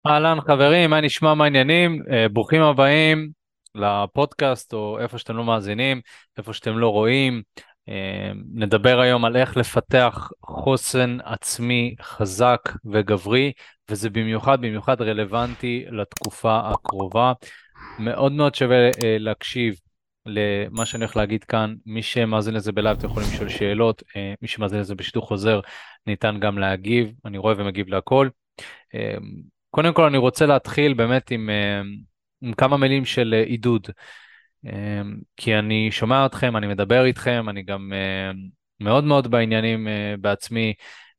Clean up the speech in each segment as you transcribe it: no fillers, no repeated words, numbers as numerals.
אהלן חברים, מה נשמע, מה העניינים? ברוכים הבאים לפודקאסט או איפה שאתם לא מאזינים, איפה שאתם לא רואים. נדבר היום על איך לפתח חוסן עצמי חזק וגברי, וזה במיוחד רלוונטי לתקופה הקרובה. מאוד מאוד שווה להקשיב למה שאני הולך להגיד כאן. מי שמאזין לזה בלייב אתם יכולים לשאול שאלות, מי שמאזין לזה בשידור חוזר ניתן גם להגיב, אני רואה ומגיב להכל. אה, קודם כל אני רוצה להתחיל באמת עם כמה מילים של עידוד, כי אני שומע אתכם, אני מדבר איתכם, אני גם מאוד מאוד בעניינים בעצמי,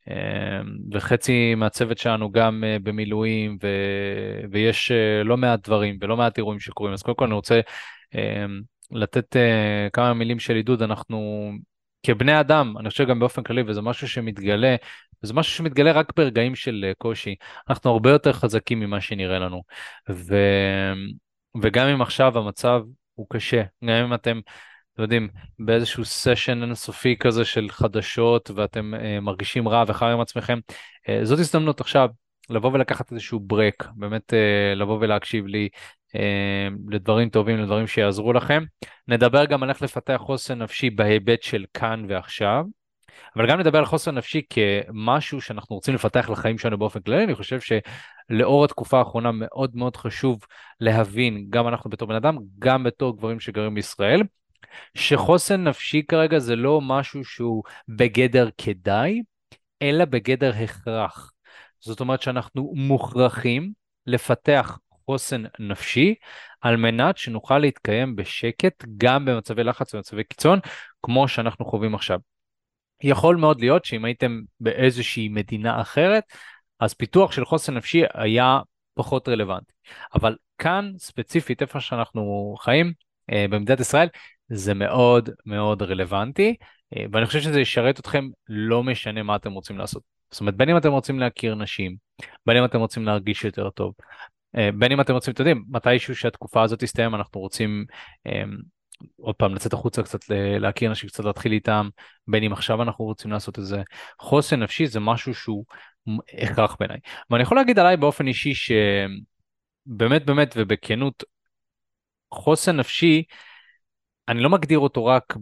וחצי מהצוות שלנו גם במילואים, ויש לא מעט דברים ולא מעט אירועים שקורים. אז קודם כל אני רוצה אה, לתת כמה מילים של עידוד. אנחנו כבני אדם, אני חושב גם באופן כללי, וזה משהו שמתגלה, וזה משהו שמתגלה רק ברגעים של קושי, אנחנו הרבה יותר חזקים ממה שנראה לנו. ו... וגם אם עכשיו המצב הוא קשה, גם אם אתם יודעים, באיזשהו סשן אינסופי כזה של חדשות, ואתם מרגישים רע וחר עם עצמכם, זאת הזדמנות עכשיו לבוא ולקחת איזשהו ברק, באמת לבוא ולהקשיב לי לדברים טובים, לדברים שיעזרו לכם. נדבר גם על איך לפתח חוסן נפשי בהיבט של כאן ועכשיו, אבל גם נדבר על חוסן נפשי כמשהו שאנחנו רוצים לפתח לחיים שלנו באופן כללי. אני חושב שלאור התקופה האחרונה מאוד מאוד חשוב להבין, גם אנחנו בתור בן אדם, גם בתור גברים שגרים בישראל, שחוסן נפשי כרגע זה לא משהו שהוא בגדר כדאי, אלא בגדר הכרח. זאת אומרת שאנחנו מוכרחים לפתח חוסן נפשי על מנת שנוכל להתקיים בשקט גם במצבי לחץ ומצבי קיצון כמו שאנחנו חווים עכשיו. יכול מאוד להיות שאם הייתם באיזושהי מדינה אחרת, אז פיתוח של חוסן נפשי היה פחות רלוונטי. אבל כאן, ספציפית, איפה שאנחנו חיים, במדינת ישראל, זה מאוד מאוד רלוונטי, ואני חושב שזה ישרת אתכם לא משנה מה אתם רוצים לעשות. זאת אומרת, בין אם אתם רוצים להכיר נשים, בין אם אתם רוצים להרגיש יותר טוב, בין אם אתם רוצים, אתם יודעים, מתישהו שהתקופה הזאת תסתיים, אנחנו רוצים עוד פעם לצאת החוצה קצת, להכיר אנשים קצת, להתחיל איתם, בין אם עכשיו אנחנו רוצים לעשות את זה. חוסן נפשי זה משהו שהוא הכרח בעיניי. ואני יכול להגיד עליי באופן אישי שבאמת באמת ובכנות, חוסן נפשי, אני לא מגדיר אותו רק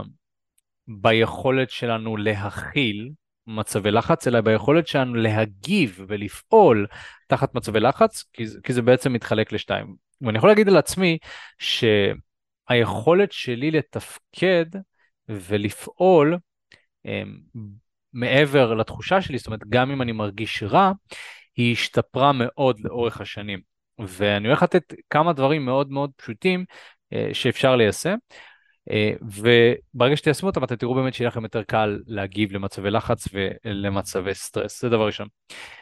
ביכולת שלנו להכיל מצבי לחץ, אלא ביכולת שלנו להגיב ולפעול תחת מצבי לחץ, כי זה בעצם מתחלק לשתיים. ואני יכול להגיד על עצמי שהיכולת שלי לתפקד ולפעול אמ, מעבר לתחושה שלי, זאת אומרת, גם אם אני מרגיש רע, היא השתפרה מאוד לאורך השנים. ואני הולך לתת כמה דברים מאוד מאוד פשוטים שאפשר ליישם. וברגע שתיישמו אותם, אתם תראו באמת שיהיה לכם יותר קל להגיב למצבי לחץ ולמצבי סטרס. זה דבר ראשון.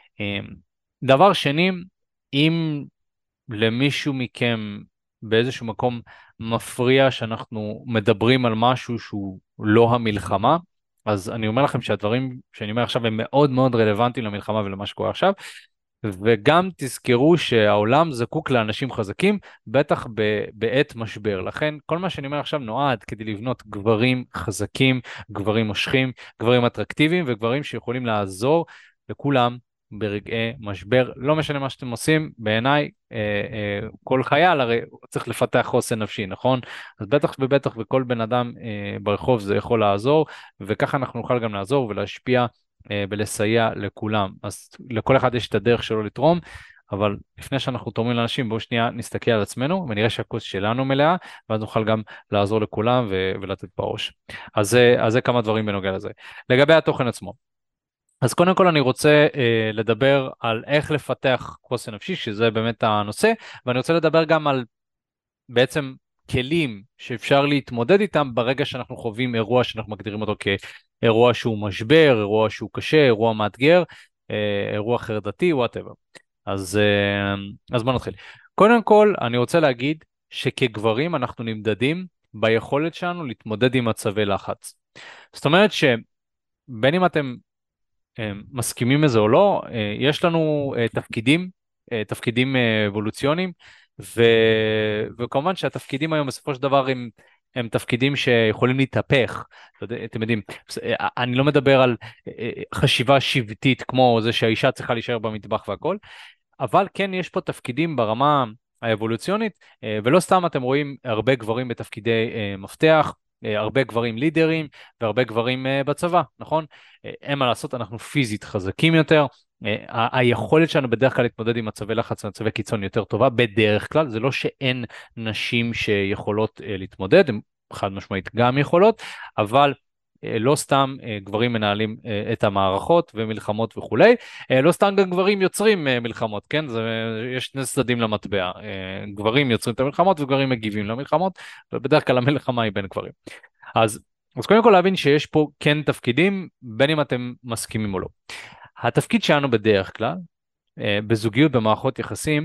דבר שני, אם למישהו מכם באיזשהו מקום מפריע שאנחנו מדברים על משהו שהוא לא המלחמה, אז אני אומר לכם שהדברים שאני אומר עכשיו הם מאוד מאוד רלוונטיים למלחמה ולמה שקורה עכשיו, וגם תזכרו שהעולם זקוק לאנשים חזקים, בטח בעת משבר. לכן כל מה שאני אומר עכשיו נועד כדי לבנות גברים חזקים, גברים מושכים, גברים אטרקטיביים וגברים שיכולים לעזור לכולם ברגעי משבר. לא משנה מה שאתם עושים, בעיניי כל חייל הרי צריך לפתח חוסן נפשי, נכון? אז בטח ובטח וכל בן אדם ברחוב זה יכול לעזור, וככה אנחנו נוכל גם לעזור ולהשפיע ולסייע לכולם. אז לכל אחד יש את הדרך שלו לתרום, אבל לפני שאנחנו תורמים לאנשים, בואו שנייה נסתכל על עצמנו ונראה שהכוס שלנו מלאה, ואז נוכל גם לעזור לכולם ולתת בראש. אז זה כמה דברים בנוגע לזה. לגבי התוכן עצמו. אז קודם כל אני רוצה לדבר על איך לפתח חוסן נפשי, שזה באמת הנושא, ואני רוצה לדבר גם על בעצם כלים שאפשר להתמודד איתם ברגע שאנחנו חווים אירוע שאנחנו מגדירים אותו כאירוע שהוא משבר, אירוע שהוא קשה, אירוע מאתגר, אירוע חרדתי, whatever. אז בוא נתחיל. קודם כל, אני רוצה להגיד שכגברים אנחנו נמדדים ביכולת שלנו להתמודד עם מצבי לחץ. זאת אומרת שבין אם אתם מסכימים לזה או לא, יש לנו תפקידים אבולוציוניים, ו... וכמובן שהתפקידים היום בסופו של דבר הם תפקידים שיכולים להתהפך. אתם יודעים, אני לא מדבר על חשיבה שבטית כמו זה שהאישה צריכה להישאר במטבח והכל, אבל כן יש פה תפקידים ברמה האבולוציונית, ולא סתם אתם רואים הרבה גברים בתפקידי מפתח, הרבה גברים לידרים והרבה גברים בצבא, נכון? אין מה לעשות, אנחנו פיזית חזקים יותר, היכולת שלנו בדרך כלל להתמודד עם מצבי לחץ ומצבי קיצון יותר טובה, בדרך כלל, זה לא שאין נשים שיכולות להתמודד, הן חד משמעית גם יכולות, אבל לא סתם גברים מנהלים את המערכות ומלחמות וכולי, לא סתם גם גברים יוצרים מלחמות, כן? יש שני צדדים למטבע, גברים יוצרים את המלחמות וגברים מגיבים למלחמות, ובדרך כלל המלחמה היא בין גברים. אז קודם כל להבין שיש פה כן תפקידים, בין אם אתם מסכימים או לא. התפקיד שלנו בדרך כלל, בזוגיות, במערכות יחסים,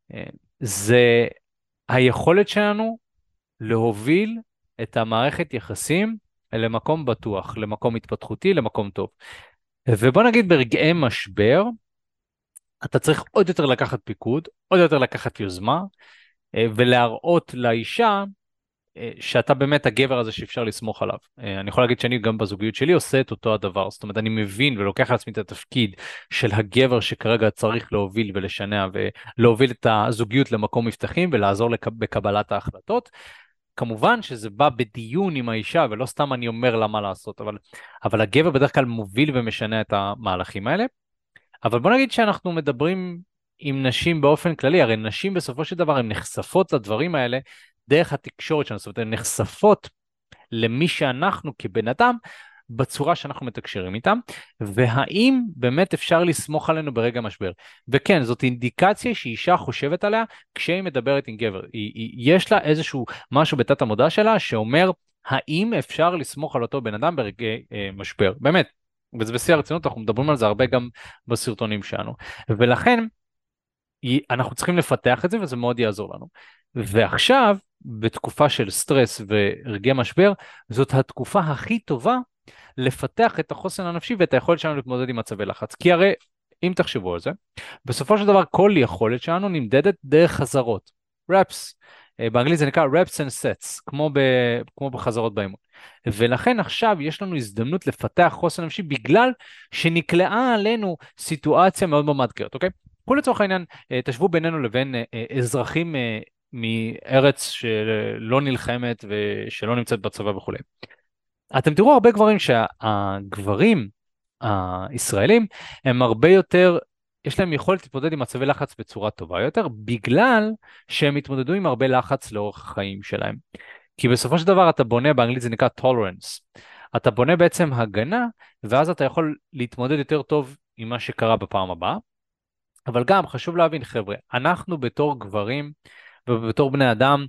זה היכולת שלנו להוביל את המערכת יחסים למקום בטוח, למקום התפתחותי, למקום טוב. ובוא נגיד ברגעי משבר, אתה צריך עוד יותר לקחת פיקוד, עוד יותר לקחת יוזמה, ולהראות לאישה שאתה באמת הגבר הזה שאפשר לסמוך עליו. אני יכול להגיד שאני גם בזוגיות שלי עושה את אותו הדבר, זאת אומרת אני מבין ולוקח על עצמי את התפקיד של הגבר שכרגע צריך להוביל ולשנע ולהוביל את הזוגיות למקום מבטחים ולעזור בקבלת ההחלטות. כמובן שזה בא בדיון עם האישה ולא סתם אני אומר לה מה לעשות, אבל הגבר בדרך כלל מוביל ומשנה את המהלכים האלה. אבל בוא נגיד שאנחנו מדברים עם נשים באופן כללי, הרי נשים בסופו של דבר הן נחשפות לדברים האלה דרך התקשורת שלנו, זאת אומרת הן נחשפות למי שאנחנו כבן אדם בצורה שאנחנו מתקשרים איתם, והאם באמת אפשר לסמוך עלינו ברגע משבר. וכן, זאת אינדיקציה שאישה חושבת עליה כשהיא מדברת עם גבר. יש לה איזשהו משהו בתת המודע שלה שאומר, האם אפשר לסמוך על אותו בן אדם ברגעי משבר. באמת, וזה בשיא הרצינות, אנחנו מדברים על זה הרבה גם בסרטונים שלנו. ולכן, אנחנו צריכים לפתח את זה וזה מאוד יעזור לנו. ועכשיו, בתקופה של סטרס ורגעי משבר, זאת התקופה הכי טובה לפתח את החוסן הנפשי ואת היכולת שלנו להתמודד עם מצבי לחץ. כי הרי, אם תחשבו על זה, בסופו של דבר כל יכולת שלנו נמדדת דרך חזרות, reps. באנגלית זה נקרא reps and sets, כמו בחזרות באימון. ולכן עכשיו יש לנו הזדמנות לפתח חוסן נפשי בגלל שנקלעה עלינו סיטואציה מאוד מאוד מאתגרת, אוקיי? קחו לצורך העניין, תשבו בינינו לבין אזרחים מארץ שלא נלחמת ושלא נמצאת בצבא וכולי. אתם תראו הרבה גברים שהגברים הישראלים הם הרבה יותר, יש להם יכולת להתמודד עם מצבי לחץ בצורה טובה יותר, בגלל שהם התמודדו עם הרבה לחץ לאורך החיים שלהם. כי בסופו של דבר אתה בונה, באנגלית זה נקרא tolerance, אתה בונה בעצם הגנה, ואז אתה יכול להתמודד יותר טוב עם מה שקרה בפעם הבאה. אבל גם חשוב להבין חבר'ה, אנחנו בתור גברים ובתור בני אדם,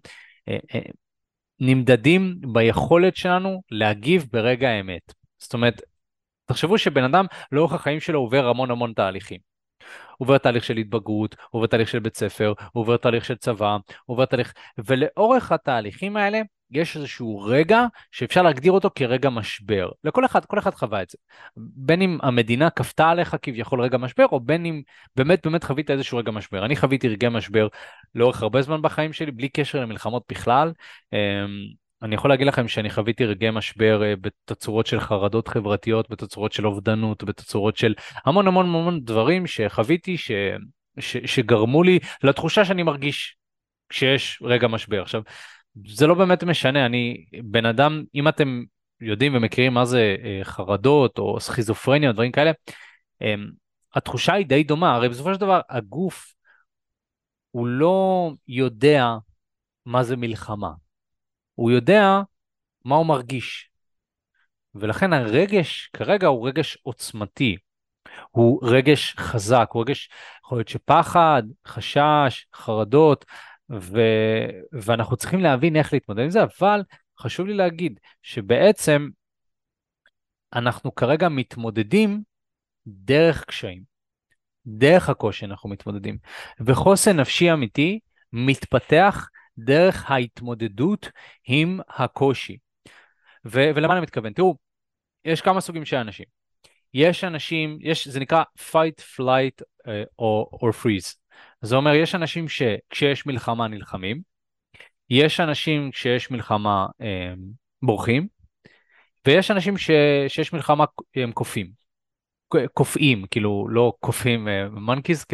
נמדדים ביכולת שלנו להגיב ברגע האמת. זאת אומרת, תחשבו שבן אדם לאורך החיים שלו עובר המון המון תהליכים. הוא עובר תהליך של התבגרות, הוא עובר תהליך של בית ספר, הוא עובר תהליך של צבא, הוא עובר תהליך, ולאורך התהליכים האלה, יש איזשהו רגע שאפשר להגדיר אותו כרגע משבר. לכל אחד, כל אחד חווה את זה. בין אם המדינה כפתה עליך כביכול רגע משבר, או בין אם באמת חווית איזשהו רגע משבר. אני חוויתי רגע משבר לאורך הרבה זמן בחיים שלי, בלי קשר למלחמות בכלל. אני יכול להגיד לכם שאני חוויתי רגעי משבר בתצורות של חרדות חברתיות, בתצורות של אובדנות, בתצורות של המון המון המון דברים שחוויתי שגרמו לי לתחושה שאני מרגיש כשיש רגע משבר. עכשיו, זה לא באמת משנה, אני בן אדם, אם אתם יודעים ומכירים מה זה חרדות או סכיזופרניה או דברים כאלה, התחושה היא די דומה, הרי בסופו של דבר הגוף הוא לא יודע מה זה מלחמה, הוא יודע מה הוא מרגיש, ולכן הרגש כרגע הוא רגש עוצמתי, הוא רגש חזק, הוא רגש יכול להיות שפחד, חשש, חרדות, ואנחנו צריכים להבין איך להתמודד עם זה, אבל חשוב לי להגיד שבעצם אנחנו כרגע מתמודדים דרך קשיים, דרך הקושי אנחנו מתמודדים, וחוסן נפשי אמיתי מתפתח דרך ההתמודדות עם הקושי. ולמה אני מתכוון? תראו, יש כמה סוגים של אנשים. יש אנשים, זה נקרא fight, flight or freeze. זה אומר, יש אנשים שכשיש מלחמה נלחמים, יש אנשים כשיש מלחמה בורחים, ויש אנשים שיש מלחמה הם קופאים, כאילו לא קופים monkeys, כאילו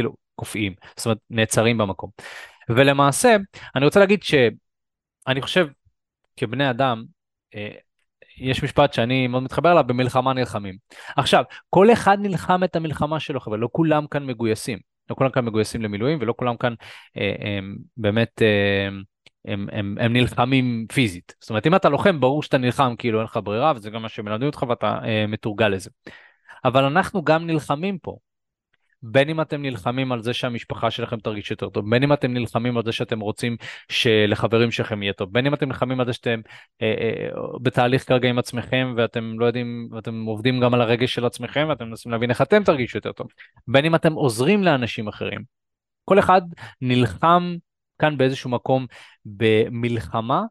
קופאים, זאת אומרת נעצרים במקום. ולמעשה, אני רוצה להגיד שאני חושב כבני אדם, אה, יש משפט שאני מאוד מתחבר אליו, במלחמה נלחמים. עכשיו, כל אחד נלחם את המלחמה שלו, אבל לא כולם כאן מגויסים. לא כולם כאן מגויסים למילואים, ולא כולם כאן הם באמת, הם נלחמים פיזית. זאת אומרת, אם אתה לוחם, ברור שאתה נלחם, כאילו אין לך ברירה, וזה גם מה שמלמדים אותך, ואתה מתורגל לזה. אבל אנחנו גם נלחמים פה. בין אם אתם נלחמים על זה שהמשפחה שלכם תרגיש יותר טוב, בין אם אתם נלחמים על זה שאתם רוצים שלחברים שלכם יהיה טוב, בין אם אתם נלחמים על זה שאתם בתהליך כרגע עם עצמכם ואתם לא יודעים, ואתם עובדים גם על הרגש של עצמכם ואתם מנסים להבין איך אתם תרגישו יותר טוב, בין אם אתם עוזרים לאנשים אחרים. כל אחד נלחם כאן באיזשהו מקום במלחמה,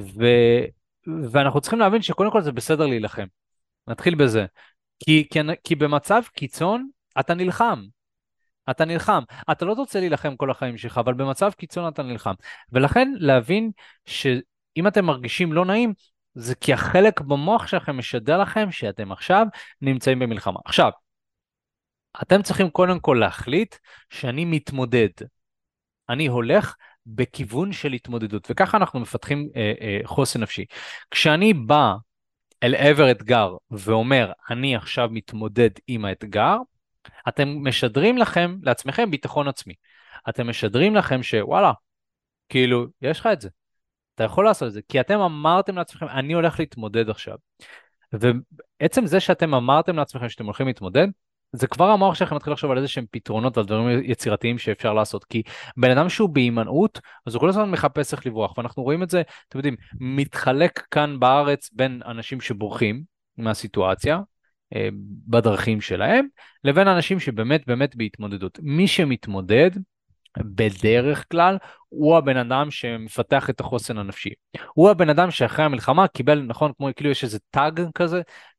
ואנחנו צריכים להבין שקודם כל זה בסדר להילחם. נתחיל בזה. כי במצב קיצון אתה נלחם. אתה נלחם, אתה לא רוצה להילחם כל החיים שלך, אבל במצב קיצון אתה נלחם. ולכן להבין שאם אתם מרגישים לא נעים, זה כי החלק במוח שלכם משדר לכם שאתם עכשיו נמצאים במלחמה. עכשיו, אתם צריכים קודם כל להחליט שאני מתמודד. אני הולך בכיוון של התמודדות, וככה אנחנו מפתחים חוסן נפשי. כשאני בא אל עבר אתגר ואומר, אני עכשיו מתמודד עם האתגר, אתם משדרים לכם, לעצמכם, ביטחון עצמי. אתם משדרים לכם שוואלה, כאילו, יש לך את זה. אתה יכול לעשות את זה, כי אתם אמרתם לעצמכם, אני הולך להתמודד עכשיו. ובעצם זה שאתם אמרתם לעצמכם שאתם הולכים להתמודד, זה כבר המוח שלכם מתחיל לחשוב על איזה שהם פתרונות ועל דברים יצירתיים שאפשר לעשות, כי בן אדם שהוא בהימנעות, אז הוא כל הזמן מחפש איך לברוח, ואנחנו רואים את זה, אתם יודעים, מתחלק כאן בארץ בין אנשים שבורחים מהסיטואציה, בדרכים שלהם, לבין אנשים שבאמת באמת בהתמודדות. מי שמתמודד, בדרך כלל, הוא הבן אדם שמפתח את החוסן הנפשי. הוא הבן אדם שאחרי המלחמה קיבל, נכון, כמו כאילו יש איזה טאג כזה,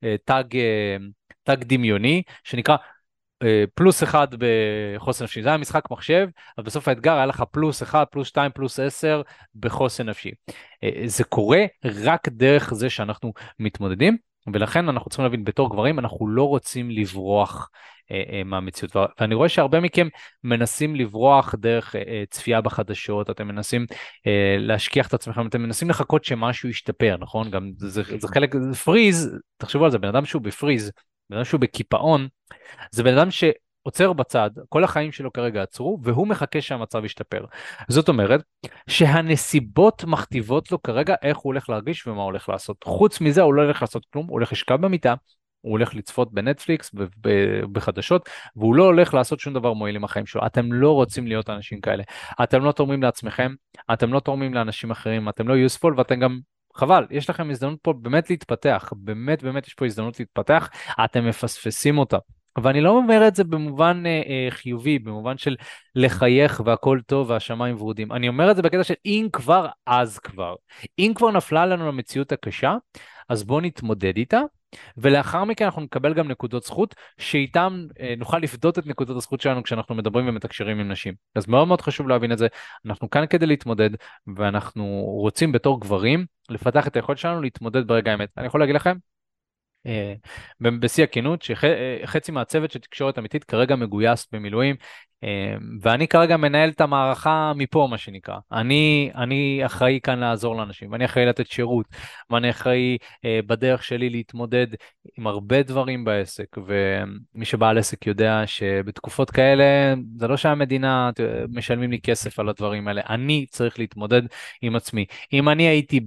טאג דמיוני, שנקרא +1 בחוסן נפשי. זה היה משחק מחשב, אז בסוף האתגר היה לך +1, +2, +10 בחוסן נפשי. זה קורה רק דרך זה שאנחנו מתמודדים, ולכן אנחנו צריכים להבין, בתור גברים, אנחנו לא רוצים לברוח מהמציאות. ואני רואה שהרבה מכם מנסים לברוח דרך צפייה בחדשות, אתם מנסים להשכיח את עצמכם, אתם מנסים לחכות שמשהו ישתפר, נכון? גם זה חלק, זה פריז, תחשבו על זה, בן אדם שהוא בפריז, בן אדם שהוא בקיפאון, זה בן אדם שעוצר בצד, כל החיים שלו כרגע עצרו, והוא מחכה שהמצב ישתפר. זאת אומרת, שהנסיבות מכתיבות לו כרגע איך הוא הולך להרגיש ומה הוא הולך לעשות. חוץ מזה, הוא לא הולך לעשות כלום, הוא הולך לשכב במיטה, הוא הולך לצפות בנטפליקס, בחדשות, והוא לא הולך לעשות שום דבר מועיל עם החיים שלו. אתם לא רוצים להיות אנשים כאלה. אתם לא תורמים לעצמכם, אתם לא תורמים לאנשים אחרים, אתם לא useful, ואתם גם חבל, יש לכם הזדמנות פה באמת להתפתח, באמת באמת יש פה הזדמנות להתפתח, אתם מפספסים אותה. ואני לא אומר את זה במובן חיובי, במובן של לחייך והכל טוב והשמיים ורודים. אני אומר את זה בקטע של אם כבר, אז כבר. אם כבר נפלה לנו המציאות הקשה, אז בואו נתמודד איתה, ולאחר מכן אנחנו נקבל גם נקודות זכות, שאיתם נוכל לפדות את נקודות הזכות שלנו כשאנחנו מדברים ומתקשרים עם נשים. אז מאוד מאוד חשוב להבין את זה, אנחנו כאן כדי להתמודד, ואנחנו רוצים בתור גברים לפתח את היכולת שלנו להתמודד ברגע האמת. אני יכול להגיד לכם, בשיא הכנות, שחצי מהצוות של תקשורת אמיתית כרגע מגויס במילואים, ואני כרגע מנהל את המערכה מפה, מה שנקרא. אני אחראי כאן לעזור לאנשים, ואני אחראי לתת שירות, ואני אחראי בדרך שלי להתמודד עם הרבה דברים בעסק, ומי שבעל עסק יודע שבתקופות כאלה, זה לא שהמדינה משלמים לי כסף על הדברים האלה, אני צריך להתמודד עם עצמי. אם אני הייתי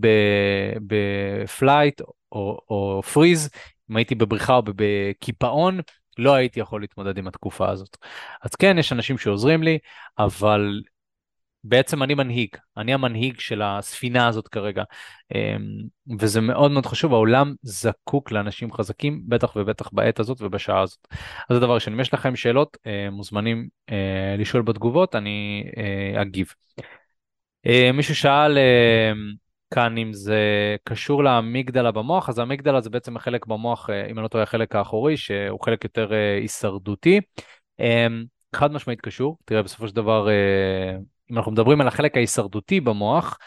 בפלייט או פריז, אם הייתי בבריחה או בקיפאון, לא הייתי יכול להתמודד עם התקופה הזאת. אז כן, יש אנשים שעוזרים לי, אבל בעצם אני מנהיג, אני המנהיג של הספינה הזאת כרגע, וזה מאוד מאוד חשוב, העולם זקוק לאנשים חזקים, בטח ובטח בעת הזאת ובשעה הזאת. אז זה דבר שני, אם יש לכם שאלות, מוזמנים לשאול בתגובות, אני אגיב. מישהו שאל כאן אם זה קשור לאמיגדלה במוח, אז האמיגדלה זה בעצם החלק במוח, אם אני לא טועה, החלק האחורי, שהוא חלק יותר הישרדותי. חד משמעית קשור, תראה בסופו של דבר, אם אנחנו מדברים על החלק ההישרדותי במוח,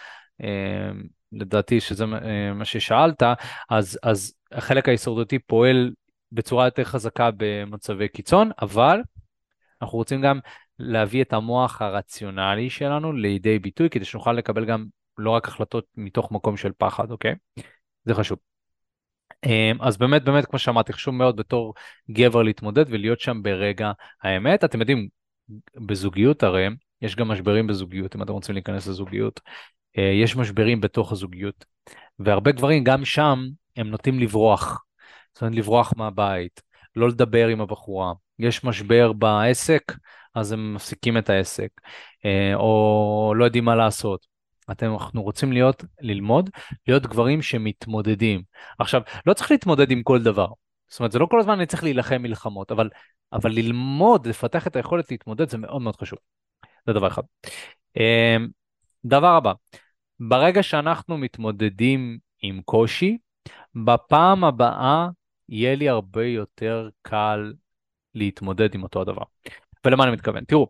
לדעתי שזה מה ששאלת, אז החלק ההישרדותי פועל בצורה יותר חזקה במצבי קיצון, אבל אנחנו רוצים גם להביא את המוח הרציונלי שלנו לידי ביטוי, כדי שנוכל לקבל גם לא רק החלטות מתוך מקום של פחד, אוקיי? זה חשוב. אז באמת, באמת, כמו שאמרתי, חשוב מאוד בתור גבר להתמודד ולהיות שם ברגע האמת. אתם יודעים, בזוגיות הרי, יש גם משברים בזוגיות, אם אתם רוצים להיכנס לזוגיות. יש משברים בתוך הזוגיות, והרבה גברים גם שם הם נוטים לברוח. זאת אומרת, לברוח מהבית, לא לדבר עם הבחורה. יש משבר בעסק, אז הם מפסיקים את העסק, או לא יודעים מה לעשות. אנחנו רוצים ללמוד, להיות גברים שמתמודדים. עכשיו, לא צריך להתמודד עם כל דבר. זאת אומרת, זה לא כל הזמן אני צריך להילחם מלחמות, אבל ללמוד, לפתח את היכולת להתמודד, זה מאוד מאוד חשוב. זה דבר אחד. דבר הבא, ברגע שאנחנו מתמודדים עם קושי, בפעם הבאה יהיה לי הרבה יותר קל להתמודד עם אותו הדבר. ולמה אני מתכוון? תראו,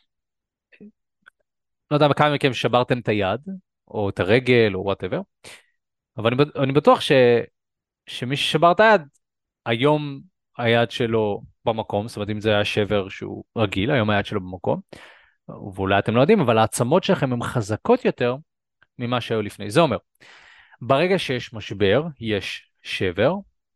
לא יודע כמה מכם שברתם את היד, או את הרגל, או whatever, אבל אני בטוח שמי ששבר את היד, היום היד שלו במקום, זאת אומרת אם זה היה שבר שהוא רגיל, היום היד שלו במקום, ואולי אתם לא יודעים, אבל העצמות שלכם הן חזקות יותר ממה שהיו לפני. זה אומר, ברגע שיש משבר, יש שבר,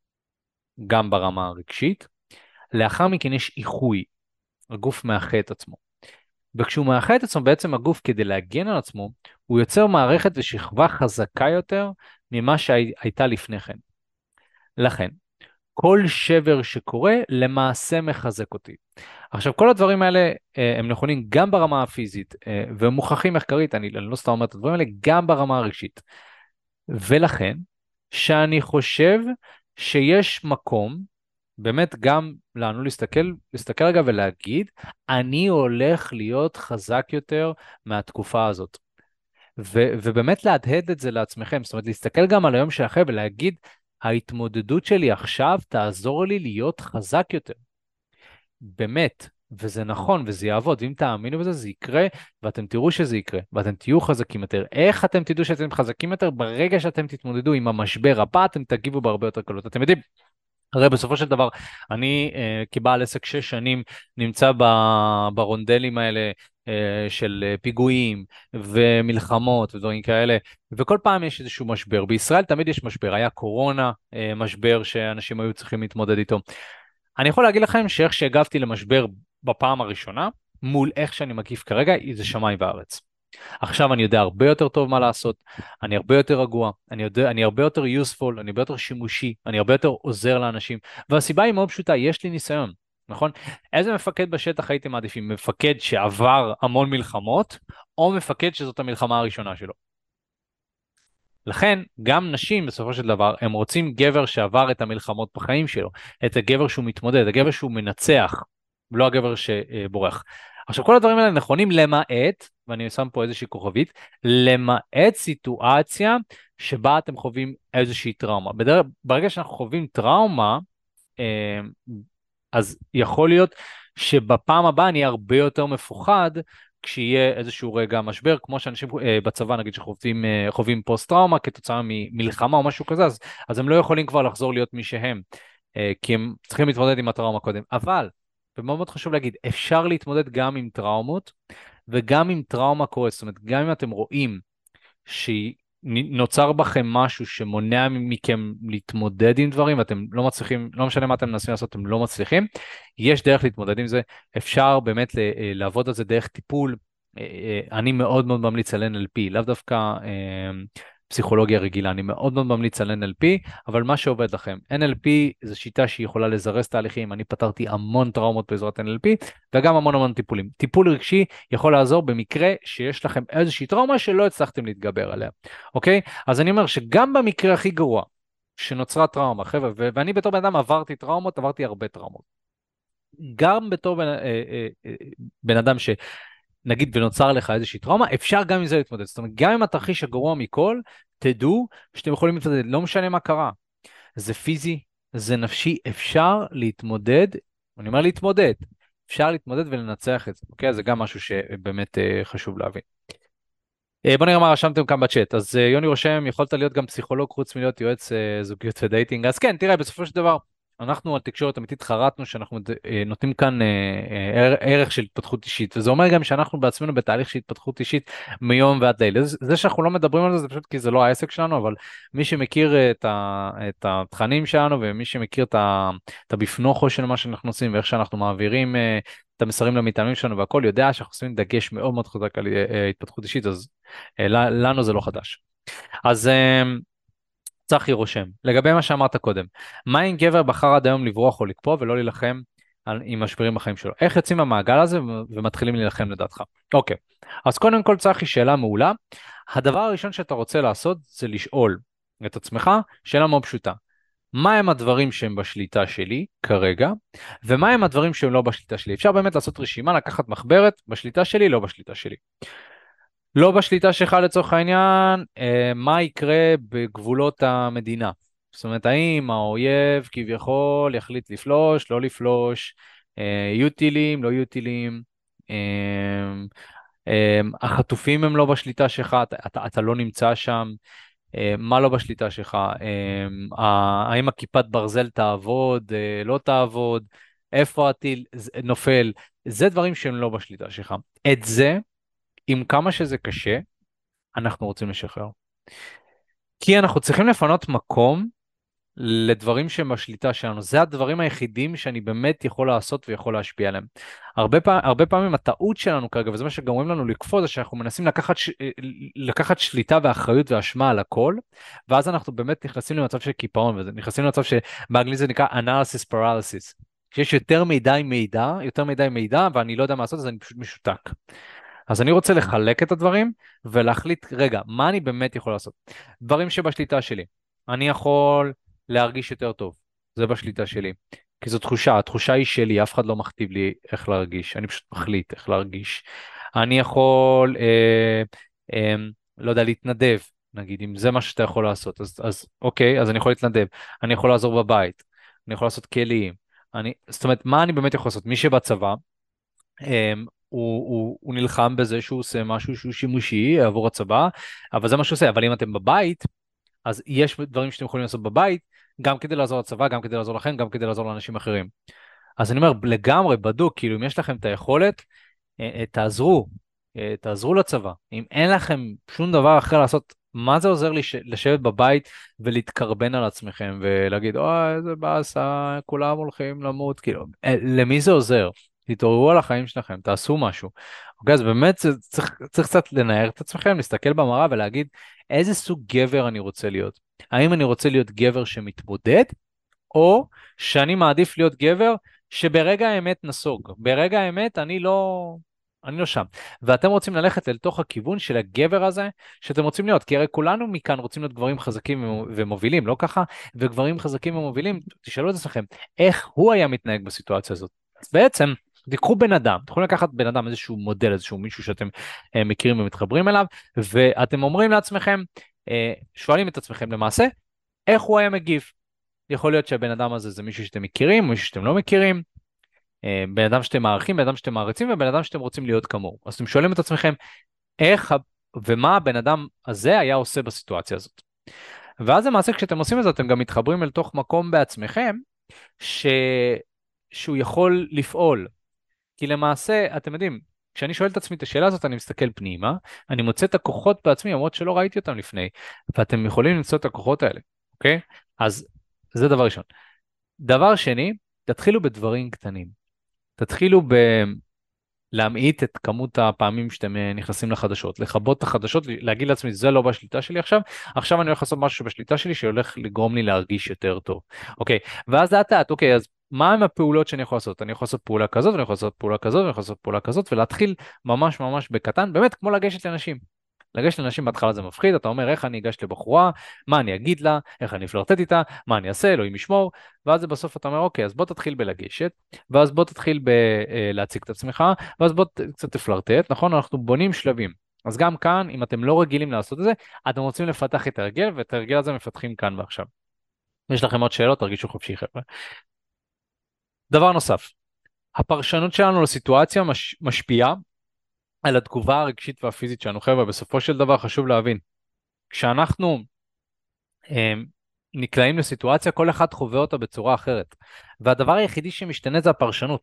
גם ברמה הרגשית, לאחר מכן יש איחוי, הגוף מאחה את עצמו. וכשהוא מאחה את עצמו, בעצם הגוף כדי להגן על עצמו, הוא יוצר מערכת ושכבה חזקה יותר ממה שהייתה לפני כן. לכן, כל שבר שקורה למעשה מחזק אותי. עכשיו, כל הדברים האלה הם נכונים גם ברמה הפיזית, והם מוכחים מחקרית, אני לא סתם אומר את הדברים האלה, גם ברמה הרגשית. ולכן, שאני חושב שיש מקום, באמת גם לנו להסתכל רגע ולהגיד, אני הולך להיות חזק יותר מהתקופה הזאת. ובאמת להדהד את זה לעצמכם, זאת אומרת להסתכל גם על היום שאחרי ולהגיד, ההתמודדות שלי עכשיו תעזור לי להיות חזק יותר. באמת, וזה נכון וזה יעבוד, ואם תאמינו בזה זה יקרה, ואתם תראו שזה יקרה, ואתם תהיו חזקים יותר. איך אתם תדעו שאתם חזקים יותר? ברגע שאתם תתמודדו עם המשבר הבא, אתם תגיבו בהרבה יותר קלות. אתם יודעים, הרי בסופו של דבר, אני כבעל עסק 6 שנים נמצא ברונדלים האלה של פיגועים ומלחמות ודברים כאלה, וכל פעם יש איזשהו משבר. בישראל תמיד יש משבר, היה קורונה, משבר שאנשים היו צריכים להתמודד איתו. אני יכול להגיד לכם שאיך שהגבתי למשבר בפעם הראשונה, מול איך שאני מגיב כרגע, זה שמיים וארץ. עכשיו אני יודע הרבה יותר טוב מה לעשות, אני הרבה יותר רגוע, אני הרבה יותר useful, אני הרבה יותר שימושי, אני הרבה יותר עוזר לאנשים, והסיבה היא מאוד פשוטה, יש לי ניסיון, נכון? איזה מפקד בשטח הייתם מעדיפים? מפקד שעבר המון מלחמות, או מפקד שזאת המלחמה הראשונה שלו? לכן, גם נשים בסופו של דבר, הם רוצים גבר שעבר את המלחמות בחיים שלו, את הגבר שהוא מתמודד, הגבר שהוא מנצח, ולא הגבר שבורח. עכשיו, כל הדברים האלה נכונים למעט, ואני שם פה איזושהי כוכבית, למעט סיטואציה שבה אתם חווים איזושהי טראומה. ברגע שאנחנו חווים טראומה, אז יכול להיות שבפעם הבאה אני הרבה יותר מפוחד, כשיהיה איזשהו רגע משבר, כמו שאנשים בצבא נגיד שחווים פוסט-טראומה כתוצאה ממלחמה או משהו כזה, אז הם לא יכולים כבר לחזור להיות מי שהם, כי הם צריכים להתמודד עם הטראומה קודם. אבל, ומאוד מאוד חשוב להגיד, אפשר להתמודד גם עם טראומות, וגם עם טראומה קורית, זאת אומרת, גם אם אתם רואים שנוצר בכם משהו שמונע מכם להתמודד עם דברים, ואתם לא מצליחים, לא משנה מה אתם מנסים לעשות, אתם לא מצליחים, יש דרך להתמודד עם זה, אפשר באמת לעבוד על זה דרך טיפול. אני מאוד מאוד ממליץ על NLP, לאו דווקא פסיכולוגיה רגילה, אני מאוד מאוד ממליץ על NLP, אבל מה שעובד לכם, NLP זו שיטה שהיא יכולה לזרז תהליכים, אני פתרתי המון טראומות בעזרת NLP, וגם המון המון טיפולים. טיפול רגשי יכול לעזור במקרה שיש לכם איזושהי טראומה שלא הצלחתם להתגבר עליה, אוקיי? אז אני אומר שגם במקרה הכי גרוע, שנוצרה טראומה, חבר'ה, ואני בתור בן אדם עברתי טראומות, עברתי הרבה טראומות. גם בתור בן אדם נגיד ונוצר לך איזושהי טראומה, אפשר גם עם זה להתמודד. זאת אומרת, גם עם התרחיש הגרוע מכל, תדעו שאתם יכולים להתמודד, לא משנה מה קרה. זה פיזי, זה נפשי, אפשר להתמודד, אני אומר להתמודד, אפשר להתמודד ולנצח את זה, אוקיי? זה גם משהו שבאמת חשוב להבין. בוא נראה מה רשמתם כאן בצ'אט. אז יוני רושם, יכולת להיות גם פסיכולוג חוץ מלהיות יועץ זוגיות ודייטינג. אז כן, תראה, בסופו של דבר, אנחנו על תקשורת אמיתית חרטנו שאנחנו נותנים כאן ערך של התפתחות אישית, וזה אומר גם שאנחנו בעצמנו בתהליך של התפתחות אישית מיום ועד לילה. זה שאנחנו לא מדברים על זה, זה פשוט כי זה לא העסק שלנו, אבל מי שמכיר את התכנים שלנו, ומי שמכיר את הבפנוכו של מה שאנחנו עושים, ואיך שאנחנו מעבירים את המסרים למתאמנים שלנו והכל, יודע שאנחנו עושים דגש מאוד מאוד חזק על התפתחות אישית, אז לנו זה לא חדש. אז צחי רושם, לגבי מה שאמרת קודם, מה אם גבר בחר עד היום לברוח או לקפוא ולא להילחם עם משברים בחיים שלו? איך יוצאים מהמעגל הזה ומתחילים להילחם לדעתך? אוקיי, אז קודם כל צחי, שאלה מעולה. הדבר הראשון שאתה רוצה לעשות זה לשאול את עצמך שאלה מאוד פשוטה. מה הם הדברים שהם בשליטה שלי כרגע, ומה הם הדברים שהם לא בשליטה שלי? אפשר באמת לעשות רשימה, לקחת מחברת, בשליטה שלי, לא בשליטה שלי. לא בשליטה שלך לצורך העניין, מה יקרה בגבולות המדינה? זאת אומרת, האם האויב כביכול יחליט לפלוש, לא לפלוש, יהיו טילים, לא יהיו טילים, החטופים הם לא בשליטה שלך, אתה לא נמצא שם, מה לא בשליטה שלך, האם הכיפת ברזל תעבוד, לא תעבוד, איפה הטיל נופל, זה דברים שהם לא בשליטה שלך. את זה, עם כמה שזה קשה, אנחנו רוצים לשחרר. כי אנחנו צריכים לפנות מקום לדברים שהם בשליטה שלנו. זה הדברים היחידים שאני באמת יכול לעשות ויכול להשפיע עליהם. הרבה פעמים הטעות שלנו כרגע, וזה מה שגורם לנו לקפוא, זה שאנחנו מנסים לקחת שליטה ואחריות ואשמה על הכל, ואז אנחנו באמת נכנסים למצב של קיפאון, ונכנסים למצב שבאנגלית זה נקרא analysis paralysis. כשיש יותר מדי מידע, ואני לא יודע מה לעשות, אז אני פשוט משותק. אז אני רוצה לחלק את הדברים ולהחליט, רגע, מה אני באמת יכול לעשות? דברים שבשליטה שלי. אני יכול להרגיש יותר טוב, זה בשליטה שלי. כי זו תחושה, התחושה היא שלי, אף אחד לא מכתיב לי איך להרגיש, אני פשוט מחליט איך להרגיש. אני יכול, לא יודע, להתנדב, נגיד, אם זה מה שאתה יכול לעשות, אז אוקיי, אז אני יכול להתנדב. אני יכול לעזור בבית, אני יכול לעשות כלים. זאת אומרת, מה אני באמת יכול לעשות? מי שבצבא, הוא נלחם בזה שהוא עושה משהו שהוא שימושי עבור הצבא, אבל זה מה שהוא עושה. אבל אם אתם בבית, אז יש דברים שאתם יכולים לעשות בבית, גם כדי לעזור לצבא, גם כדי לעזור לכם, גם כדי לעזור לאנשים אחרים. אז אני אומר, לגמרי, בדוק, כאילו אם יש לכם את היכולת, תעזרו לצבא. אם אין לכם שום דבר אחר לעשות, מה זה עוזר לי לשבת בבית ולהתקרבן על עצמכם ולהגיד, אוי, איזה באסה, כולם הולכים למות, כאילו, למי זה עוזר? תתעוררו על החיים שלכם, תעשו משהו. אוקיי, אז באמת צריך קצת לנער את עצמכם, להסתכל במראה ולהגיד, איזה סוג גבר אני רוצה להיות? האם אני רוצה להיות גבר שמתמודד, או שאני מעדיף להיות גבר שברגע האמת נסוג. ברגע האמת אני לא שם. ואתם רוצים ללכת אל תוך הכיוון של הגבר הזה שאתם רוצים להיות, כי הרי כולנו מכאן רוצים להיות גברים חזקים ומובילים, לא ככה? וגברים חזקים ומובילים, תשאלו את עצמכם, איך הוא היה מתנהג בסיטואציה הזאת? אז בעצם, תיקחו בן אדם, תוכלו לקחת בן אדם, איזשהו מודל, איזשהו מישהו שאתם מכירים ומתחברים אליו, ואתם אומרים לעצמכם, שואלים את עצמכם למעשה, איך הוא היה מגיב? יכול להיות שהבן אדם הזה זה מישהו שאתם מכירים, מישהו שאתם לא מכירים, בן אדם שאתם מערכים, בן אדם שאתם מעריצים, ובן אדם שאתם רוצים להיות כמוהו. אז אתם שואלים את עצמכם, איך ומה הבן אדם הזה היה עושה בסיטואציה הזאת. ואז למעשה כשאתם עושים את זה, אתם גם מתחברים אל תוך מקום בעצמכם, שהוא יכול לפעול. כי למעשה, אתם יודעים, כשאני שואל את עצמי את השאלה הזאת, אני מסתכל פנימה, אני מוצא את הכוחות בעצמי, למרות שלא ראיתי אותם לפני, ואתם יכולים למצוא את הכוחות האלה, אוקיי? אז זה דבר ראשון. דבר שני, תתחילו בדברים קטנים. תתחילו להמעיט את כמות הפעמים שאתם נכנסים לחדשות, לכבות את החדשות, להגיד לעצמי, זה לא בשליטה שלי עכשיו, עכשיו אני הולך לעשות משהו שבשליטה שלי, שהולך לגרום לי להרגיש יותר טוב. אוקיי, ואז לאט, אוקיי, אז מה הם הפעולות שאני יכול לעשות? אני יכול לעשות פעולה כזאת, ואני יכול לעשות פעולה כזאת, ואני יכול לעשות פעולה כזאת, ולהתחיל ממש ממש בקטן, באמת כמו לגשת לאנשים. לגשת לאנשים בהתחלה זה מפחיד, אתה אומר איך אני אגש לבחורה, מה אני אגיד לה, איך אני אפלרטט איתה, מה אני אעשה, אלוהים ישמור, ואז בסוף אתה אומר אוקיי, אז בוא תתחיל בלגשת, ואז בוא תתחיל בלהציג את עצמך, ואז בוא קצת תפלרטט, נכון? אנחנו בונים שלבים. אז גם כאן, אם אתם לא רגילים לעשות את זה, אתם רוצים לפתח את הרגל, ואת הרגל הזה מפתחים כאן ועכשיו. יש לכם עוד שאלות, תרגישו חופשי חבר'ה. דבר נוסף, הפרשנות שלנו לסיטואציה משפיעה על התגובה הרגשית והפיזית שלנו. חבר'ה, בסופו של דבר חשוב להבין, כשאנחנו נקלעים לסיטואציה, כל אחד חווה אותה בצורה אחרת. והדבר היחידי שמשתנה זה הפרשנות.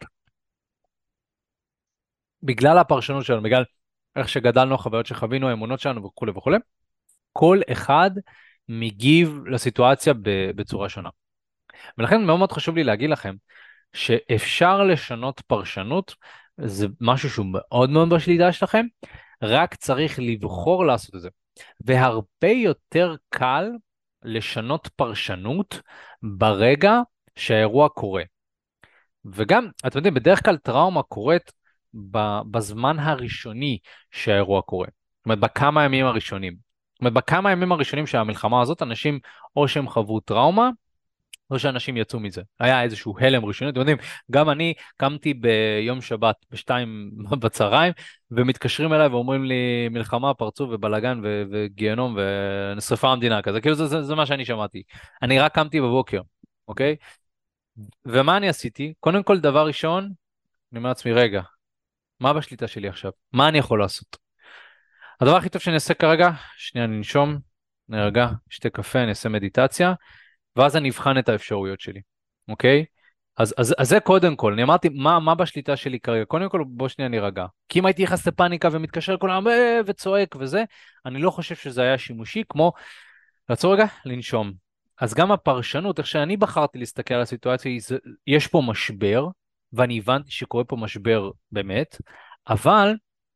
בגלל הפרשנות שלנו, בגלל איך שגדלנו, החוויות שחווינו, האמונות שלנו וכו' וכו', כל אחד מגיב לסיטואציה בצורה שונה. ולכן מאוד מאוד חשוב לי להגיד לכם, שאפשר לשנות פרשנות, זה משהו שהוא מאוד מאוד בשליטה שלכם, רק צריך לבחור לעשות את זה. והרבה יותר קל לשנות פרשנות ברגע שהאירוע קורה. וגם, אתם יודעים, בדרך כלל טראומה קורית בזמן הראשוני שהאירוע קורה. זאת אומרת, בכמה ימים הראשונים. זאת אומרת, בכמה ימים הראשונים של המלחמה הזאת, אנשים או שהם חוו טראומה, או שאנשים יצאו מזה. היה איזשהו הלם ראשוני, אתם יודעים, גם אני קמתי ביום שבת בשתיים בצהריים, ומתקשרים אליי ואומרים לי מלחמה, פרצו ובלגן וגיהנום ונשרפה המדינה כזה, כאילו זה מה שאני שמעתי. אני רק קמתי בבוקר, אוקיי? ומה אני עשיתי? קודם כל, דבר ראשון, אני אומר לעצמי, רגע, מה בשליטה שלי עכשיו? מה אני יכול לעשות? הדבר הכי טוב שאני אעשה כרגע, שנייה אני ננשום, נרגע, שתה קפה, אני אעשה מדיטציה, ואז אני אבחן את האפשרויות שלי, אוקיי? אז זה קודם כל, אני אמרתי, מה בשליטה שלי כרגע? קודם כל, בוא שנייה נירגע. כי אם הייתי נכנס לפאניקה ומתקשר לכל העם וצועק וזה, אני לא חושב שזה היה שימושי, כמו, לעצור רגע, לנשום. אז גם הפרשנות, איך שאני בחרתי להסתכל על הסיטואציה, יש פה משבר, ואני הבנתי שקורה פה משבר באמת, אבל